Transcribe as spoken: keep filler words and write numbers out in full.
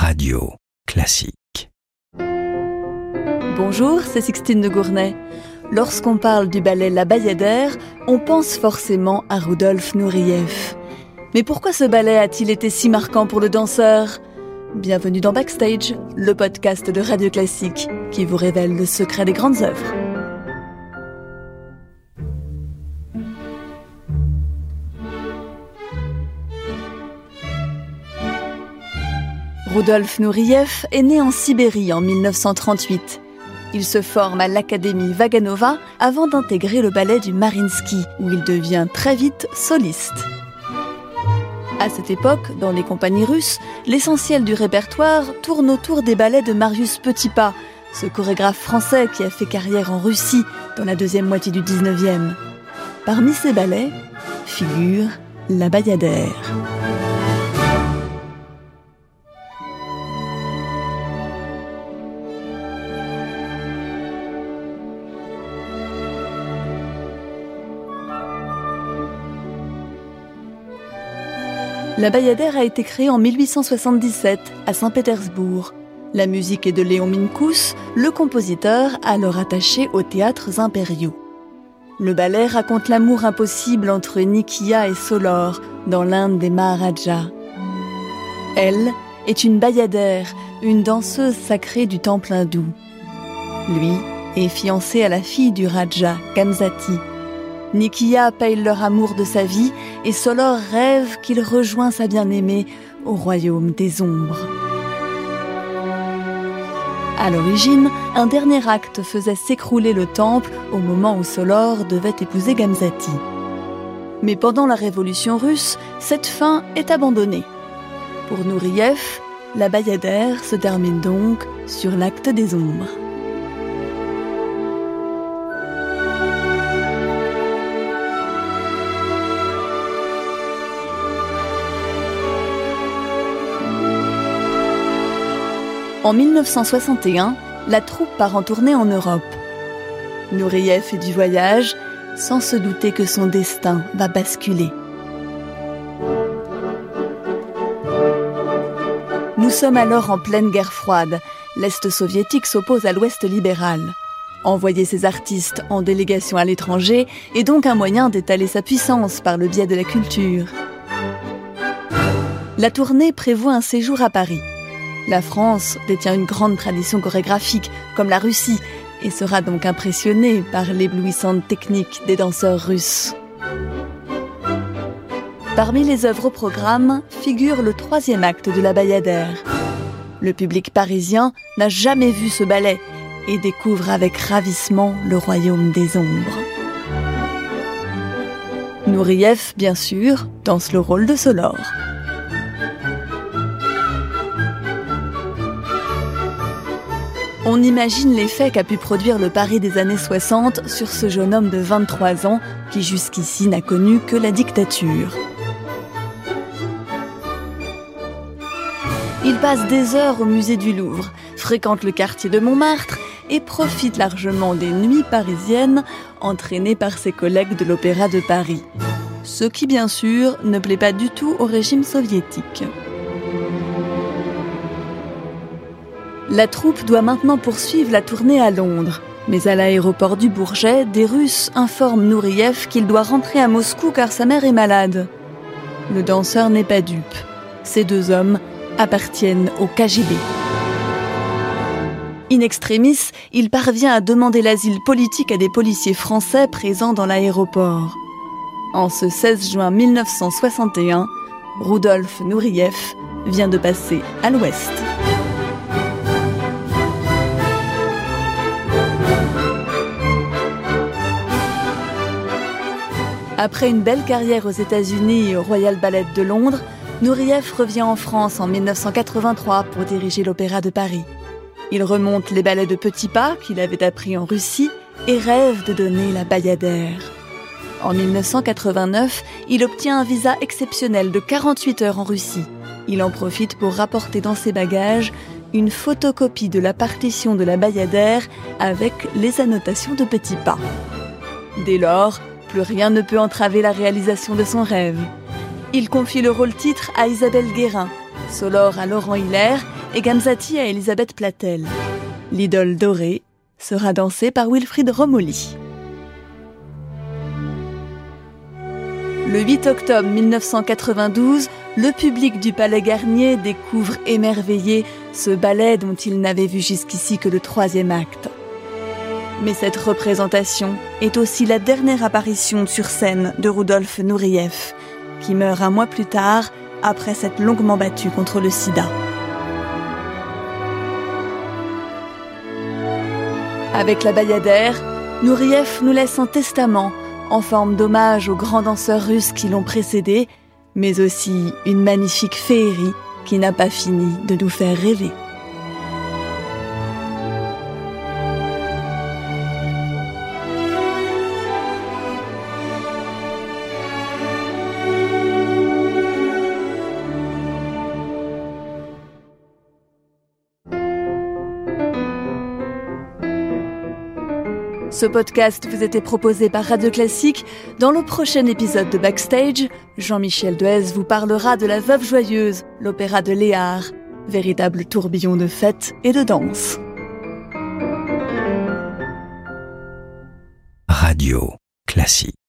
Radio Classique. Bonjour, c'est Sixtine de Gournay. Lorsqu'on parle du ballet La Bayadère, on pense forcément à Rudolf Nureyev. Mais pourquoi ce ballet a-t-il été si marquant pour le danseur ? Bienvenue dans Backstage, le podcast de Radio Classique qui vous révèle le secret des grandes œuvres. Rudolf Nureyev est né en Sibérie en mille neuf cent trente-huit. Il se forme à l'Académie Vaganova avant d'intégrer le ballet du Mariinsky, où il devient très vite soliste. À cette époque, dans les compagnies russes, l'essentiel du répertoire tourne autour des ballets de Marius Petipa, ce chorégraphe français qui a fait carrière en Russie dans la deuxième moitié du dix-neuvième. Parmi ces ballets figure La Bayadère. La Bayadère a été créée en mille huit cent soixante-dix-sept à Saint-Pétersbourg. La musique est de Léon Minkus, le compositeur alors attaché aux théâtres impériaux. Le ballet raconte l'amour impossible entre Nikiya et Solor dans l'Inde des Maharajas. Elle est une bayadère, une danseuse sacrée du temple hindou. Lui est fiancé à la fille du Raja, Kamsati. Nikiya paye leur amour de sa vie et Solor rêve qu'il rejoint sa bien-aimée au royaume des ombres. À l'origine, un dernier acte faisait s'écrouler le temple au moment où Solor devait épouser Kamsati. Mais pendant la révolution russe, cette fin est abandonnée. Pour Nureyev, la Bayadère se termine donc sur l'acte des ombres. En mille neuf cent soixante et un, la troupe part en tournée en Europe. Nureyev fait du voyage, sans se douter que son destin va basculer. Nous sommes alors en pleine guerre froide. L'Est soviétique s'oppose à l'Ouest libéral. Envoyer ses artistes en délégation à l'étranger est donc un moyen d'étaler sa puissance par le biais de la culture. La tournée prévoit un séjour à Paris. La France détient une grande tradition chorégraphique, comme la Russie, et sera donc impressionnée par l'éblouissante technique des danseurs russes. Parmi les œuvres au programme figure le troisième acte de la Bayadère. Le public parisien n'a jamais vu ce ballet et découvre avec ravissement le royaume des ombres. Nureyev, bien sûr, danse le rôle de Solor. On imagine l'effet qu'a pu produire le Paris des années soixante sur ce jeune homme de vingt-trois ans qui jusqu'ici n'a connu que la dictature. Il passe des heures au musée du Louvre, fréquente le quartier de Montmartre et profite largement des nuits parisiennes entraîné par ses collègues de l'Opéra de Paris. Ce qui, bien sûr, ne plaît pas du tout au régime soviétique. La troupe doit maintenant poursuivre la tournée à Londres. Mais à l'aéroport du Bourget, des Russes informent Nureyev qu'il doit rentrer à Moscou car sa mère est malade. Le danseur n'est pas dupe. Ces deux hommes appartiennent au K G B. In extremis, il parvient à demander l'asile politique à des policiers français présents dans l'aéroport. En ce seize juin mille neuf cent soixante et un, Rudolf Nureyev vient de passer à l'Ouest. Après une belle carrière aux États-Unis et au Royal Ballet de Londres, Nureyev revient en France en mille neuf cent quatre-vingt-trois pour diriger l'Opéra de Paris. Il remonte les ballets de Petipa qu'il avait appris en Russie et rêve de donner la Bayadère. En mille neuf cent quatre-vingt-neuf, il obtient un visa exceptionnel de quarante-huit heures en Russie. Il en profite pour rapporter dans ses bagages une photocopie de la partition de la Bayadère avec les annotations de Petipa. Dès lors, plus rien ne peut entraver la réalisation de son rêve. Il confie le rôle-titre à Isabelle Guérin, Solor à Laurent Hilaire et Gamzati à Elisabeth Platel. L'idole dorée sera dansée par Wilfried Romoli. Le huit octobre mille neuf cent quatre-vingt-douze, le public du Palais Garnier découvre émerveillé ce ballet dont il n'avait vu jusqu'ici que le troisième acte. Mais cette représentation est aussi la dernière apparition sur scène de Rudolf Nureyev, qui meurt un mois plus tard après s'être longuement battu contre le sida. Avec la Bayadère, Nureyev nous laisse un testament en forme d'hommage aux grands danseurs russes qui l'ont précédé, mais aussi une magnifique féerie qui n'a pas fini de nous faire rêver. Ce podcast vous était proposé par Radio Classique. Dans le prochain épisode de Backstage, Jean-Michel Duez vous parlera de La Veuve Joyeuse, l'opéra de Léard, véritable tourbillon de fête et de danse. Radio Classique.